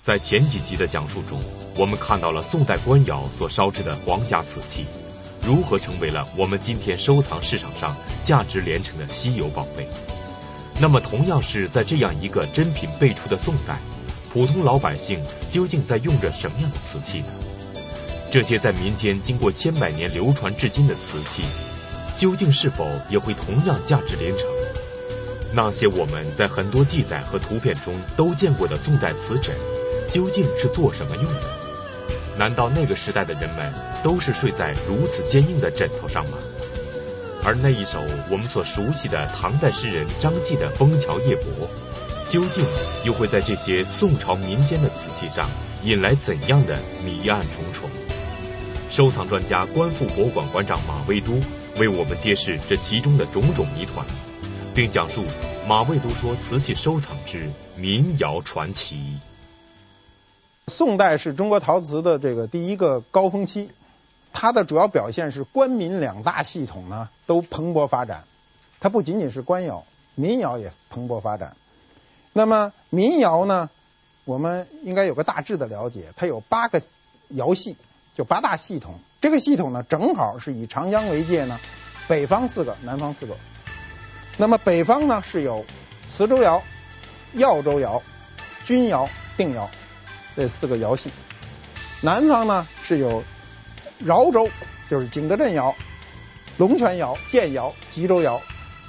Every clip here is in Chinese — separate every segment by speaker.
Speaker 1: 在前几集的讲述中，我们看到了宋代官窑所烧制的皇家瓷器如何成为了我们今天收藏市场上价值连城的稀有宝贝。那么同样是在这样一个珍品辈出的宋代，普通老百姓究竟在用着什么样的瓷器呢？这些在民间经过千百年流传至今的瓷器，究竟是否也会同样价值连城？那些我们在很多记载和图片中都见过的宋代瓷枕，究竟是做什么用的？难道那个时代的人们都是睡在如此坚硬的枕头上吗？而那一首我们所熟悉的唐代诗人张继的《枫桥夜泊》，究竟又会在这些宋朝民间的瓷器上引来怎样的谜案重重？收藏专家、观复博物馆馆长马未都为我们揭示这其中的种种谜团，并讲述马未都说瓷器收藏之民窑传奇。
Speaker 2: 宋代是中国陶瓷的这个第一个高峰期，它的主要表现是官民两大系统呢都蓬勃发展。它不仅仅是官窑，民窑也蓬勃发展。那么民窑呢，我们应该有个大致的了解，它有8个窑系，就8大系统。这个系统呢，正好是以长江为界呢，北方4个，南方4个。那么北方呢是有磁州窑、耀州窑、钧窑、定窑这4个窑系。南方呢是有饶州，就是景德镇窑、龙泉窑、建窑、吉州窑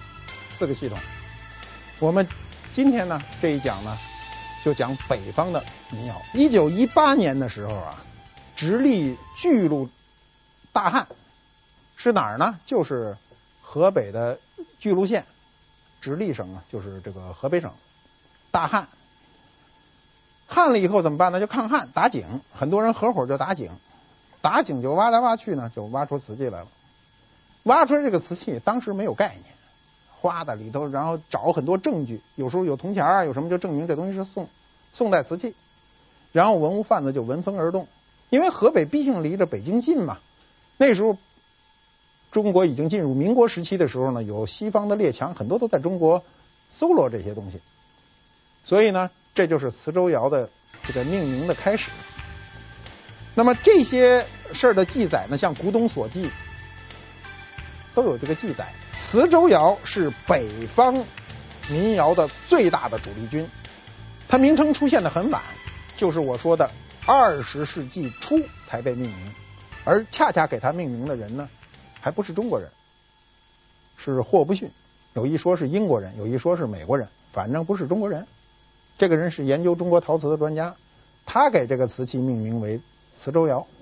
Speaker 2: 4个系统。我们今天呢这一讲呢就讲北方的民窑。1918年的时候啊，直隶巨鹿大旱，是哪儿呢？就是河北的巨鹿县，直隶省啊，就是这个河北省。大旱，旱了以后怎么办呢？就抗旱打井，很多人合伙就打井，打井就挖来挖去呢，就挖出瓷器来了。挖出来这个瓷器当时没有概念，花的里头，然后找很多证据，有时候有铜钱啊，有什么就证明这东西是宋代瓷器。然后文物贩子就闻风而动，因为河北毕竟离着北京近嘛。那时候中国已经进入民国时期的时候呢，有西方的列强很多都在中国搜罗这些东西，所以呢，这就是磁州窑的这个命名的开始。那么这些事儿的记载呢，像《古董所记》都有这个记载。磁州窑是北方民窑的最大的主力军，它名称出现的很晚，就是我说的20世纪初才被命名，而恰恰给它命名的人呢，还不是中国人，是霍布逊。有一说是英国人，有一说是美国人，反正不是中国人。这个人是研究中国陶瓷的专家，他给这个瓷器命名为磁州窑。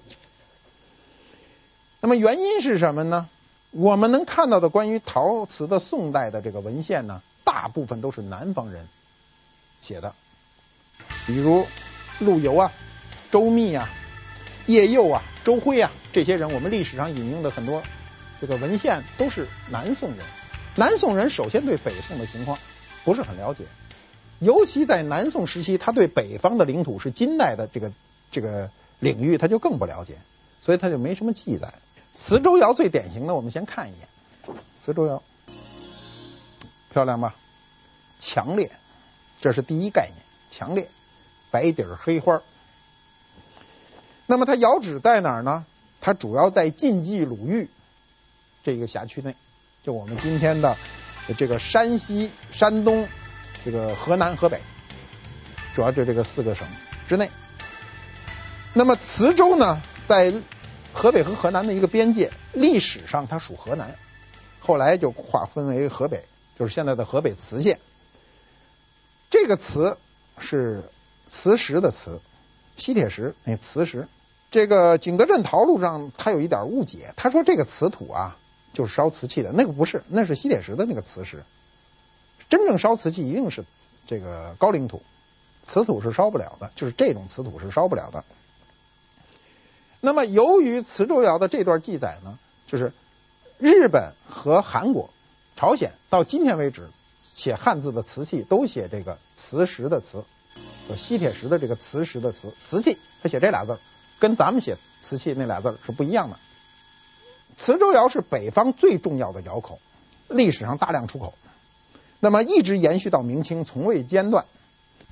Speaker 2: 那么原因是什么呢？我们能看到的关于陶瓷的宋代的这个文献呢，大部分都是南方人写的，比如陆游啊、周密啊、叶佑啊、周辉啊，这些人我们历史上引用的很多这个文献都是南宋人。南宋人首先对北宋的情况不是很了解，尤其在南宋时期，他对北方的领土是金代的这个领域他就更不了解，所以他就没什么记载。磁州窑最典型的，我们先看一眼磁州窑，漂亮吧？强烈，这是第一概念，强烈，白底黑花。那么它窑址在哪儿呢？它主要在晋冀鲁豫这个辖区内，就我们今天的这个山西、山东、这个河南、河北，主要就这个4个省之内。那么磁州呢，在河北和河南的一个边界，历史上它属河南，后来就划分为河北，就是现在的河北磁县。这个磁是磁石的磁，吸铁石那磁石。这个景德镇陶录上他有一点误解，他说这个瓷土啊就是烧瓷器的，那个不是，那是吸铁石的那个磁石。真正烧瓷器一定是这个高岭土，瓷土是烧不了的，就是这种瓷土是烧不了的。那么由于磁州窑的这段记载呢，就是日本和韩国、朝鲜到今天为止写汉字的瓷器都写这个磁石的磁，就吸铁石的这个磁石的磁，瓷器他写这俩字，跟咱们写瓷器那俩字是不一样的。磁州窑是北方最重要的窑口，历史上大量出口，那么一直延续到明清，从未间断。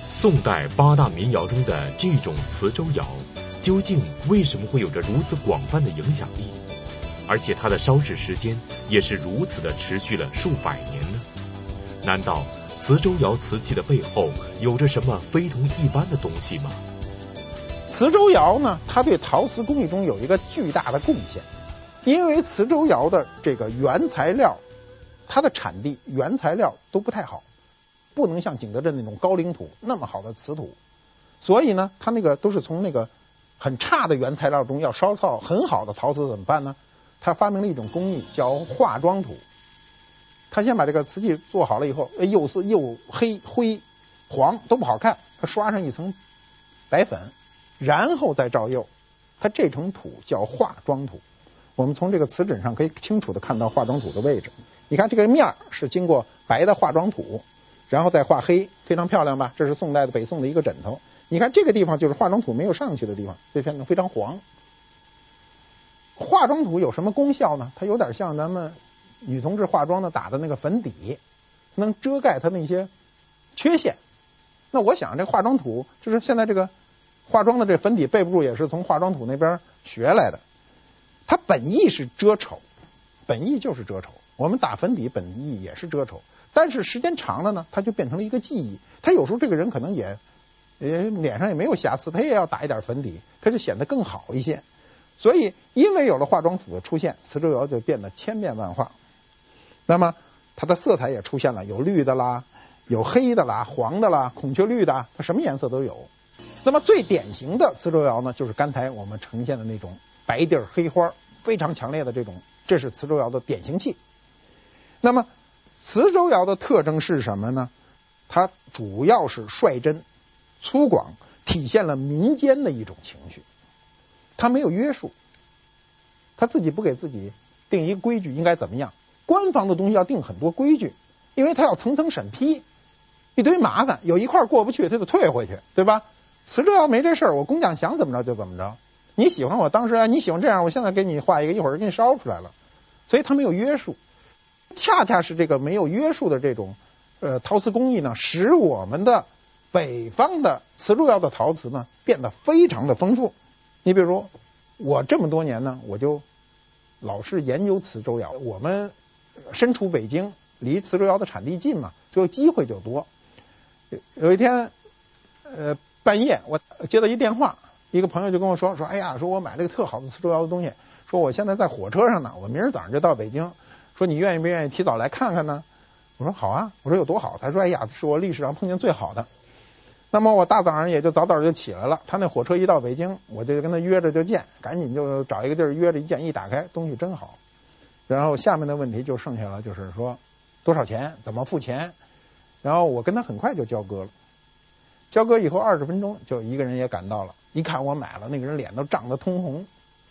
Speaker 1: 宋代8大民谣中的这种磁州谣，究竟为什么会有着如此广泛的影响力？而且它的烧制时间也是如此的持续了数百年呢？难道磁州谣瓷器的背后有着什么非同一般的东西吗？
Speaker 2: 磁州窑呢，它对陶瓷工艺中有一个巨大的贡献，因为磁州窑的这个原材料，它的产地原材料都不太好，不能像景德镇那种高岭土那么好的瓷土，所以呢，它那个都是从那个很差的原材料中要烧造很好的陶瓷，怎么办呢？他发明了一种工艺叫化妆土。他先把这个瓷器做好了以后，又黑灰黄都不好看，他刷上一层白粉，然后再照釉，它这层土叫化妆土。我们从这个瓷枕上可以清楚的看到化妆土的位置。你看这个面是经过白的化妆土，然后再画黑，非常漂亮吧？这是宋代的北宋的一个枕头。你看这个地方就是化妆土没有上去的地方，这片非常黄。化妆土有什么功效呢？它有点像咱们女同志化妆的打的那个粉底，能遮盖它那些缺陷。那我想这化妆土就是现在这个化妆的这粉底备不住，也是从化妆土那边学来的。它本意是遮丑，本意就是遮丑。我们打粉底本意也是遮丑，但是时间长了呢，它就变成了一个技艺。他有时候这个人可能也脸上也没有瑕疵，他也要打一点粉底，他就显得更好一些。所以因为有了化妆土的出现，磁州窑就变得千变万化。那么它的色彩也出现了，有绿的啦，有黑的啦，黄的啦，孔雀绿的，它什么颜色都有。那么最典型的磁州窑呢，就是刚才我们呈现的那种白地黑花，非常强烈的这种，这是磁州窑的典型器。那么磁州窑的特征是什么呢？它主要是率真粗犷，体现了民间的一种情绪。它没有约束，他自己不给自己定一个规矩应该怎么样，官方的东西要定很多规矩，因为他要层层审批，一堆麻烦，有一块过不去他就退回去，对吧？磁州窑没这事儿，我工匠想怎么着就怎么着，你喜欢我当时你喜欢这样，我现在给你画一个，一会儿给你烧出来了，所以他没有约束。恰恰是这个没有约束的这种陶瓷工艺呢，使我们的北方的磁州窑的陶瓷呢变得非常的丰富。你比如我这么多年呢，我就老是研究磁州窑。我们身处北京，离磁州窑的产地近嘛，所以机会就多。有一天半夜我接到一电话，一个朋友就跟我说哎呀，说我买了个特好的磁州窑的东西，说我现在在火车上呢，我明儿早上就到北京，说你愿意不愿意提早来看看呢？我说好啊。我说有多好？他说哎呀，是我历史上碰见最好的。那么我大早上也就早早就起来了，他那火车一到北京，我就跟他约着就见，赶紧就找一个地儿约着一见，一打开东西真好。然后下面的问题就剩下了，就是说多少钱，怎么付钱。然后我跟他很快就交割了，交割以后20分钟就一个人也赶到了，一看我买了，那个人脸都涨得通红。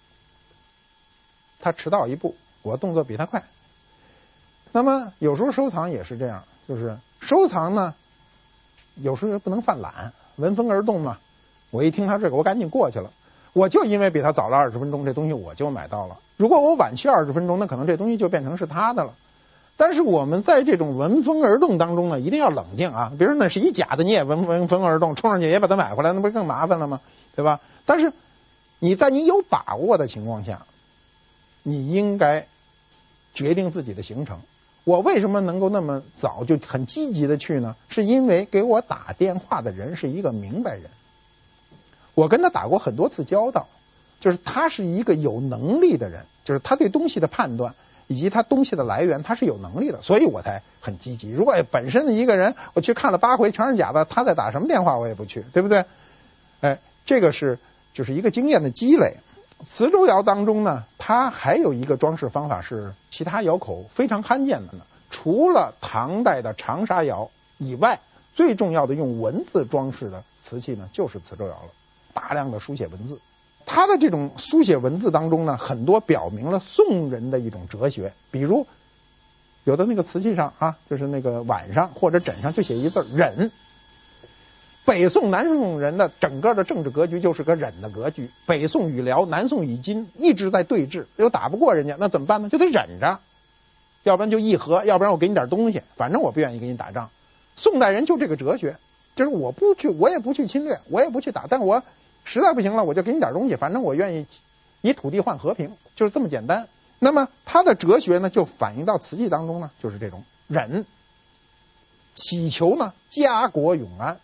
Speaker 2: 他迟到一步，我动作比他快。那么有时候收藏也是这样，就是收藏呢有时候也不能犯懒，闻风而动嘛。我一听他这个，我赶紧过去了。我就因为比他早了20分钟，这东西我就买到了。如果我晚去20分钟，那可能这东西就变成是他的了。但是我们在这种闻风而动当中呢，一定要冷静啊。比如说那是一假的，你也闻风而动，冲上去也把它买回来，那不是更麻烦了吗？对吧？但是你在你有把握的情况下，你应该决定自己的行程。我为什么能够那么早就很积极的去呢？是因为给我打电话的人是一个明白人，我跟他打过很多次交道，就是他是一个有能力的人，就是他对东西的判断以及他东西的来源他是有能力的，所以我才很积极。如果本身的一个人我去看了8回全是假的，他在打什么电话我也不去，对不对？这个是就是一个经验的积累。磁州窑当中呢，它还有一个装饰方法是其他窑口非常罕见的呢。除了唐代的长沙窑以外，最重要的用文字装饰的瓷器呢，就是磁州窑了。大量的书写文字，它的这种书写文字当中呢，很多表明了宋人的一种哲学。比如有的那个瓷器上啊，就是那个碗上或者枕上就写一字忍。北宋南宋人的整个的政治格局就是个忍的格局，北宋与辽，南宋与金一直在对峙，又打不过人家，那怎么办呢？就得忍着，要不然就议和，要不然我给你点东西，反正我不愿意跟你打仗。宋代人就这个哲学， 就是我也不去侵略，我也不去打，但我实在不行了，我就给你点东西，反正我愿意以土地换和平，就是这么简单。那么他的哲学呢，就反映到瓷器当中呢，就是这种忍，祈求呢家国永安。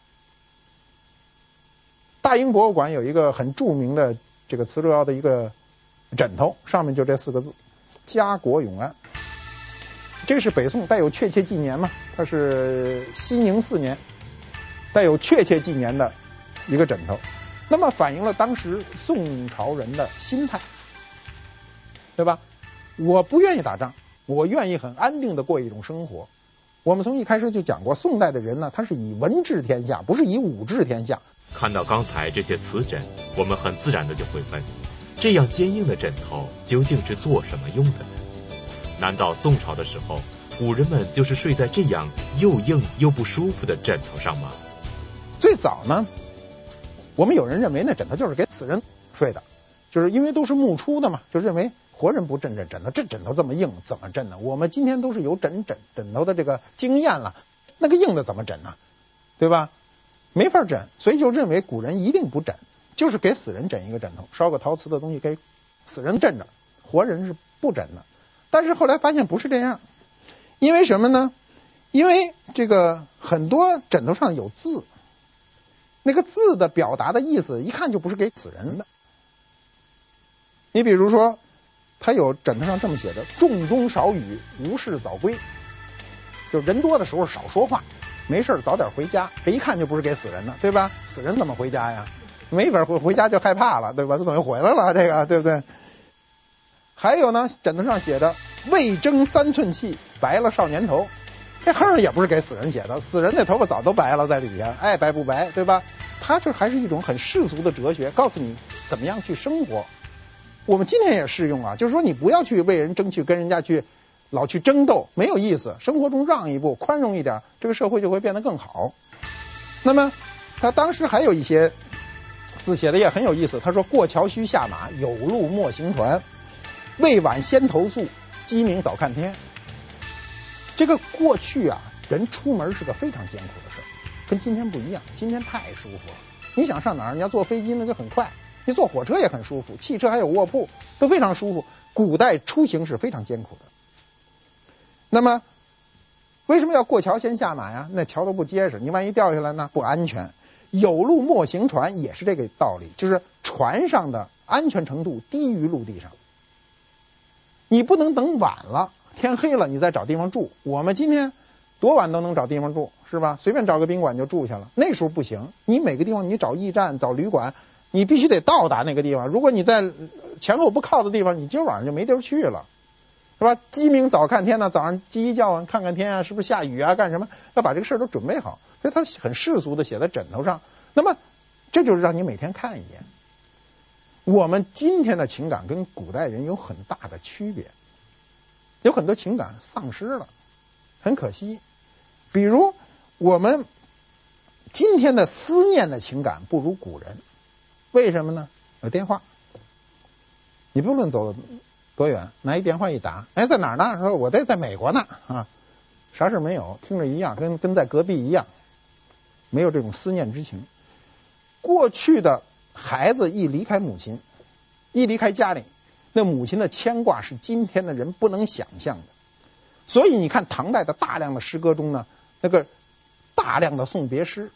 Speaker 2: 大英博物馆有一个很著名的这个瓷砖的一个枕头，上面就这4个字：家国永安。这个是北宋带有确切纪年嘛，它是熙宁4年，带有确切纪年的一个枕头。那么反映了当时宋朝人的心态，对吧？我不愿意打仗，我愿意很安定的过一种生活。我们从一开始就讲过，宋代的人呢，他是以文治天下，不是以武治天下。
Speaker 1: 看到刚才这些瓷枕，我们很自然的就会问，这样坚硬的枕头究竟是做什么用的呢？难道宋朝的时候，古人们就是睡在这样又硬又不舒服的枕头上吗？
Speaker 2: 最早呢，我们有人认为那枕头就是给死人睡的，就是因为都是木出的嘛，就认为活人不枕这枕头，这枕头这么硬怎么枕呢？我们今天都是有枕头的这个经验了，那个硬的怎么枕呢？对吧？没法枕，所以就认为古人一定不枕，就是给死人枕一个枕头，烧个陶瓷的东西给死人枕着，活人是不枕的。但是后来发现不是这样，因为什么呢？因为这个很多枕头上有字，那个字的表达的意思一看就不是给死人的。你比如说，他有枕头上这么写的：众中少语，无事早归。就人多的时候少说话，没事早点回家。这一看就不是给死人的，对吧？死人怎么回家呀？没法回家就害怕了，对吧？这怎么又回来了？这个对不对？还有呢，枕头上写的未争3寸气，白了少年头。这横也不是给死人写的，死人的头发早都白了在底下，爱白不白，对吧？它这还是一种很世俗的哲学，告诉你怎么样去生活。我们今天也适用啊，就是说你不要去为人争取，跟人家去老去争斗，没有意思。生活中让一步，宽容一点，这个社会就会变得更好。那么他当时还有一些字写的也很有意思，他说：过桥须下马，有路莫行船，未晚先投宿，鸡鸣早看天。这个过去啊，人出门是个非常艰苦的事，跟今天不一样。今天太舒服了，你想上哪儿，你要坐飞机那就很快，你坐火车也很舒服，汽车还有卧铺，都非常舒服。古代出行是非常艰苦的。那么为什么要过桥先下马呀？那桥都不结实，你万一掉下来呢，不安全。有路莫行船也是这个道理，就是船上的安全程度低于陆地上。你不能等晚了，天黑了你再找地方住。我们今天多晚都能找地方住，是吧？随便找个宾馆就住下了。那时候不行，你每个地方你找驿站找旅馆，你必须得到达那个地方。如果你在前后不靠的地方，你今儿晚上就没地儿去了，是吧？鸡鸣早看天呢，早上鸡一叫看看天啊，是不是下雨啊，干什么？要把这个事儿都准备好。所以他很世俗的写在枕头上。那么这就是让你每天看一眼。我们今天的情感跟古代人有很大的区别，有很多情感丧失了，很可惜。比如我们今天的思念的情感不如古人，为什么呢？有电话，你不论走多远，拿一电话一打，哎，在哪儿呢？说我在美国呢啊，啥事没有，听着一样，跟在隔壁一样，没有这种思念之情。过去的孩子一离开母亲，一离开家里，那母亲的牵挂是今天的人不能想象的。所以你看唐代的大量的诗歌中呢，那个大量的送别诗，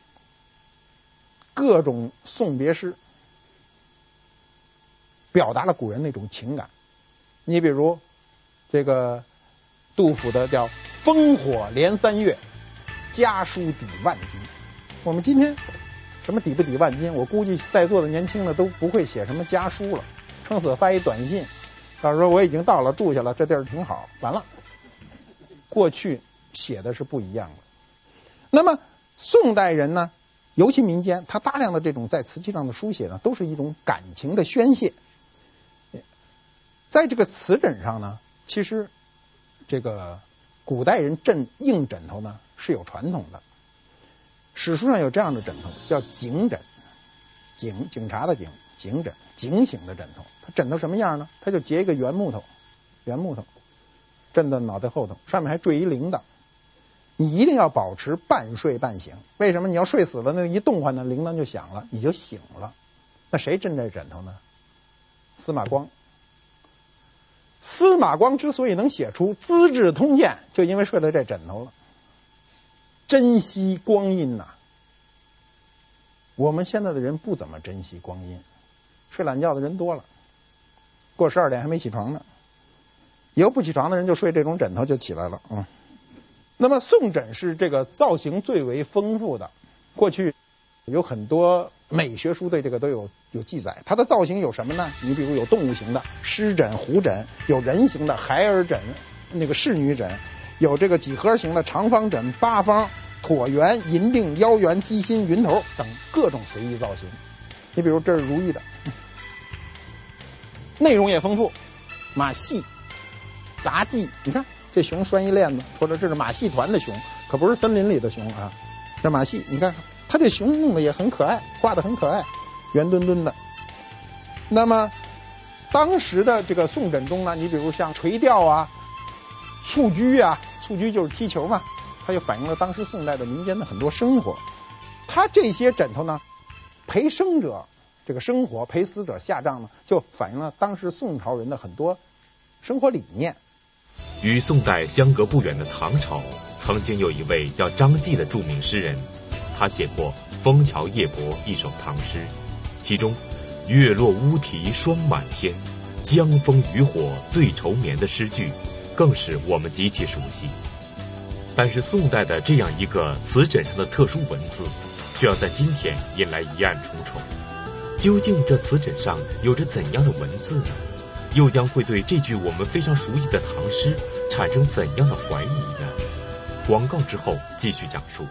Speaker 2: 各种送别诗表达了古人那种情感。你比如这个杜甫的叫烽火连3月，家书抵万金。我们今天什么抵不抵万金，我估计在座的年轻的都不会写什么家书了，撑死发一短信，到时候我已经到了，住下了，这地儿挺好，完了。过去写的是不一样的。那么宋代人呢，尤其民间，他大量的这种在瓷器上的书写呢，都是一种感情的宣泄。在这个瓷枕上呢，其实这个古代人硬枕头呢是有传统的。史书上有这样的枕头，叫警枕，警察的警枕，警醒的枕头。它枕头什么样呢？它就结一个圆木头，枕到脑袋后头，上面还坠一铃铛。 你一定要保持半睡半醒。为什么？你要睡死了，那一动唤呢，铃铛就响了，你就醒了。那谁枕这枕头呢？司马光。司马光之所以能写出《资治通鉴》，就因为睡了这枕头了。珍惜光阴呐！我们现在的人不怎么珍惜光阴，睡懒觉的人多了，过12点还没起床呢。以后不起床的人就睡这种枕头就起来了。那么宋枕是这个造型最为丰富的，过去有很多美学书对这个都有记载。它的造型有什么呢？你比如有动物型的狮枕、虎枕，有人形的孩儿枕、那个仕女枕，有这个几何形的长方枕、八方、椭圆、银锭、腰圆、鸡心、云头等各种随意造型。你比如这是如意的，内容也丰富，马戏、杂技，你看这熊拴一链子，说的这是马戏团的熊，可不是森林里的熊啊。这马戏，你看它这熊弄的也很可爱，画的很可爱，圆墩墩的。那么当时的这个宋枕中呢，你比如像垂钓啊、蹴鞠啊，蹴鞠就是踢球嘛，它就反映了当时宋代的民间的很多生活。它这些枕头呢，陪生者这个生活，陪死者下葬呢，就反映了当时宋朝人的很多生活理念。
Speaker 1: 与宋代相隔不远的唐朝，曾经有一位叫张继的著名诗人，他写过《枫桥夜泊》一首唐诗，其中月落乌啼霜满天，江枫渔火对愁眠的诗句更是我们极其熟悉。但是宋代的这样一个瓷枕上的特殊文字，却要在今天引来疑案重重。究竟这瓷枕上有着怎样的文字呢？又将会对这句我们非常熟悉的唐诗产生怎样的怀疑呢？广告之后继续讲述。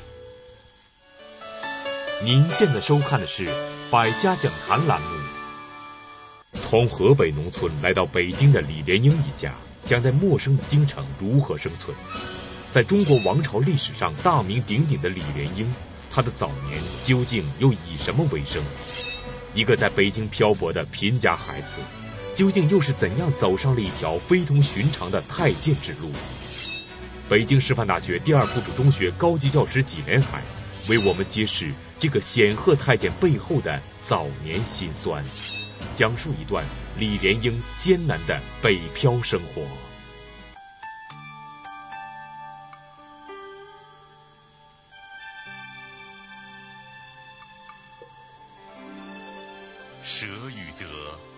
Speaker 1: 您现在收看的是百家讲坛栏目。从河北农村来到北京的李莲英一家，将在陌生的京城如何生存？在中国王朝历史上大名鼎鼎的李莲英，他的早年究竟又以什么为生？一个在北京漂泊的贫家孩子，究竟又是怎样走上了一条非同寻常的太监之路？北京师范大学第2附属中学高级教师纪连海为我们揭示这个显赫太监背后的早年辛酸，讲述一段李莲英艰难的北漂生活。蛇